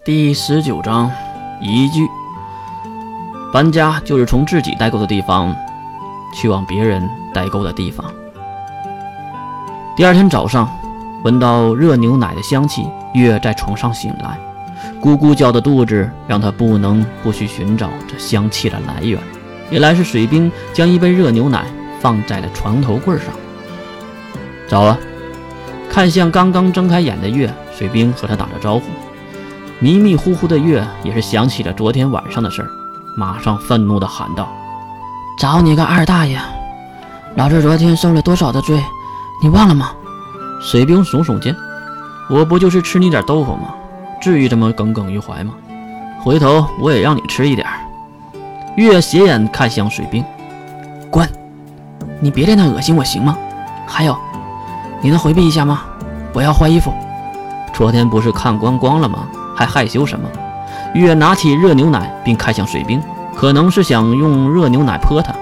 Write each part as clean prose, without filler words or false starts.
第19章移居。搬家就是从自己待够的地方去往别人待够的地方。第二天早上，闻到热牛奶的香气，月在床上醒来，咕咕叫的肚子让他不能不去寻找这香气的来源。原来是水兵将一杯热牛奶放在了床头柜上。早啊！看向刚刚睁开眼的月，水兵和他打着招呼。迷迷糊糊的月也是想起了昨天晚上的事儿，马上愤怒地喊道： 找你个二大爷！老子昨天受了多少的罪，你忘了吗？ 水兵耸耸肩：我不就是吃你点豆腐吗？至于这么耿耿于怀吗？回头我也让你吃一点。月斜眼看向水兵： 滚！你别在那恶心我行吗？还有，你能回避一下吗？我要换衣服。 昨天不是看光了吗？还害羞什么？月拿起热牛奶并看向水兵，可能是想用热牛奶泼他。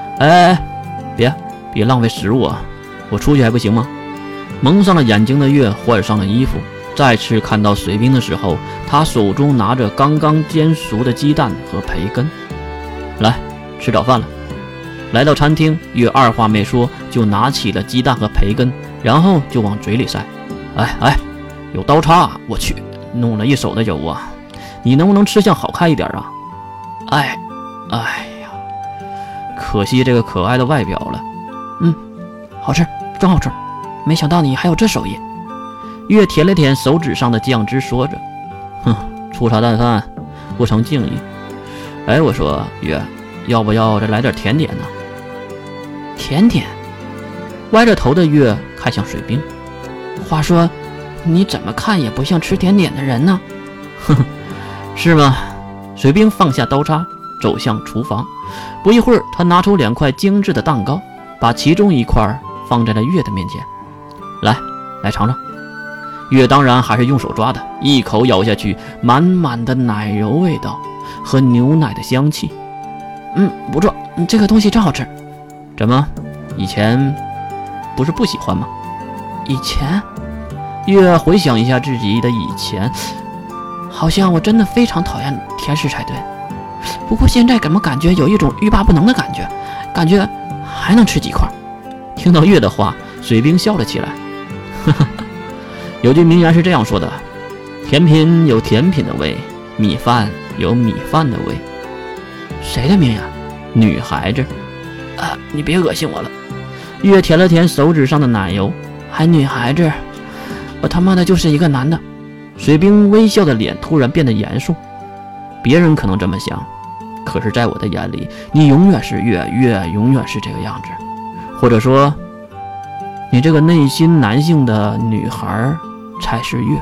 别浪费食物啊！我出去还不行吗？蒙上了眼睛的月换上了衣服，再次看到水兵的时候，他手中拿着刚刚煎熟的鸡蛋和培根。来，吃早饭了。来到餐厅，月二话没说就拿起了鸡蛋和培根，然后就往嘴里塞。有刀叉啊！我去，弄了一手的油啊！你能不能吃相好看一点啊？哎呀，可惜这个可爱的外表了。 好吃，真好吃！没想到你还有这手艺。 月舔了舔手指上的酱汁，说着：粗茶淡饭，不成敬意。我说月，要不要再来点甜点呢？ 甜点？ 歪着头的月看向水兵。 话说，你怎么看也不像吃甜点的人呢？ 是吗？水兵放下刀叉，走向厨房。不一会儿，他拿出2块精致的蛋糕，把其中一块放在了月的面前。来尝尝。月当然还是用手抓的，一口咬下去，满满的奶油味道和牛奶的香气。 不错，这个东西真好吃。 怎么，以前不是不喜欢吗？ 以前？ 月回想一下自己的以前， 好像我真的非常讨厌甜食才对。不过现在怎么感觉有一种欲罢不能的感觉，感觉还能吃几块。 听到月的话，水兵笑了起来。有句名言是这样说的：甜品有甜品的味，米饭有米饭的味。 谁的名言？ 女孩子。 你别恶心我了。 月舔了舔手指上的奶油。 还女孩子？我他妈的就是一个男的。 水兵微笑的脸突然变得严肃。别人可能这么想，可是在我的眼里，你永远是月永远是这个样子。或者说，你这个内心男性的女孩才是月。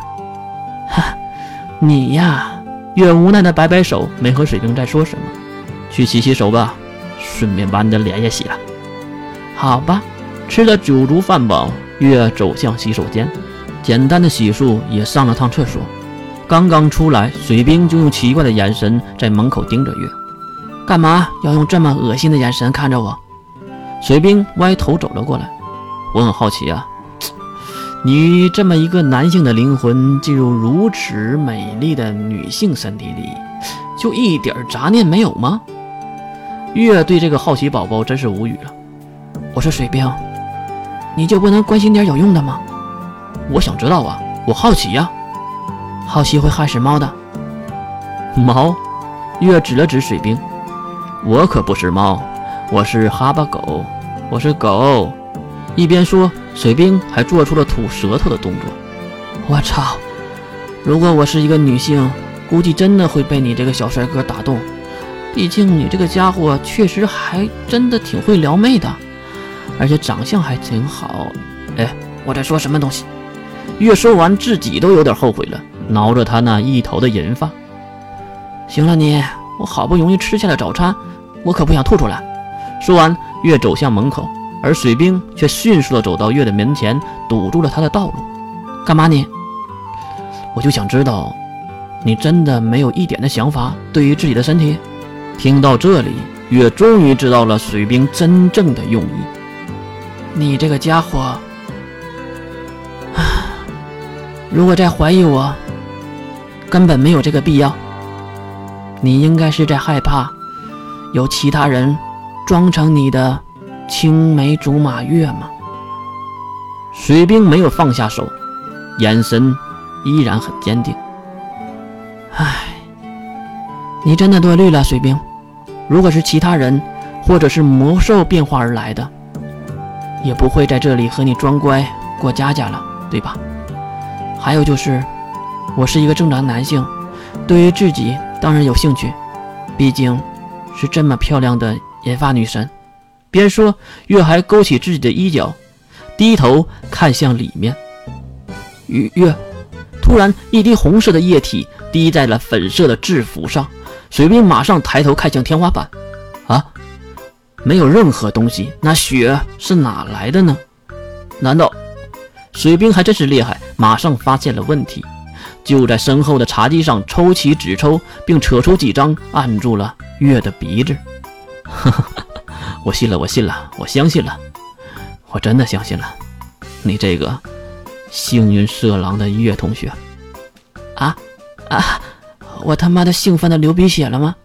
你呀！ 月无奈的摆摆手，没和水兵再说什么。去洗洗手吧，顺便把你的脸也洗了。 好吧。 吃了酒足饭饱，月走向洗手间，简单的洗漱，也上了趟厕所。刚刚出来，水兵就用奇怪的眼神在门口盯着月。 干嘛要用这么恶心的眼神看着我？ 水兵歪头走了过来。我很好奇啊，你这么一个男性的灵魂进入如此美丽的女性身体里，就一点杂念没有吗？月对这个好奇宝宝真是无语了。 我说水兵，你就不能关心点有用的吗？ 我想知道啊，我好奇呀。 好奇会害死猫的。 猫？月指了指水兵。我可不是猫，我是哈巴狗，我是狗。一边说，水兵还做出了吐舌头的动作。 我操！如果我是一个女性，估计真的会被你这个小帅哥打动。毕竟你这个家伙确实还真的挺会撩妹的，而且长相还挺好。我在说什么东西？ 月说完自己都有点后悔了，挠着他那一头的银发。 行了你，我好不容易吃下了早餐，我可不想吐出来。 说完，月走向门口，而水兵却迅速地走到月的门前，堵住了他的道路。 干嘛你？ 我就想知道，你真的没有一点的想法对于自己的身体？听到这里，月终于知道了水兵真正的用意。 你这个家伙，如果再怀疑我， 根本没有这个必要。你应该是在害怕有其他人装成你的青梅竹马月吗？ 水兵没有放下手，眼神依然很坚定。 唉，你真的多虑了，水兵。如果是其他人或者是魔兽变化而来的，也不会在这里和你装乖过家家了，对吧？还有就是，我是一个正常男性，对于自己当然有兴趣，毕竟是这么漂亮的银发女神。 边说，月还勾起自己的衣角，低头看向里面。月，突然一滴红色的液体滴在了粉色的制服上，水兵马上抬头看向天花板。啊，没有任何东西，那血是哪来的呢？难道……水兵还真是厉害，马上发现了问题，就在身后的茶几上抽起纸抽，并扯出几张按住了月的鼻子。我信了，我信了，我相信了，我真的相信了，你这个幸运色狼的月同学。 我他妈的兴奋的流鼻血了吗？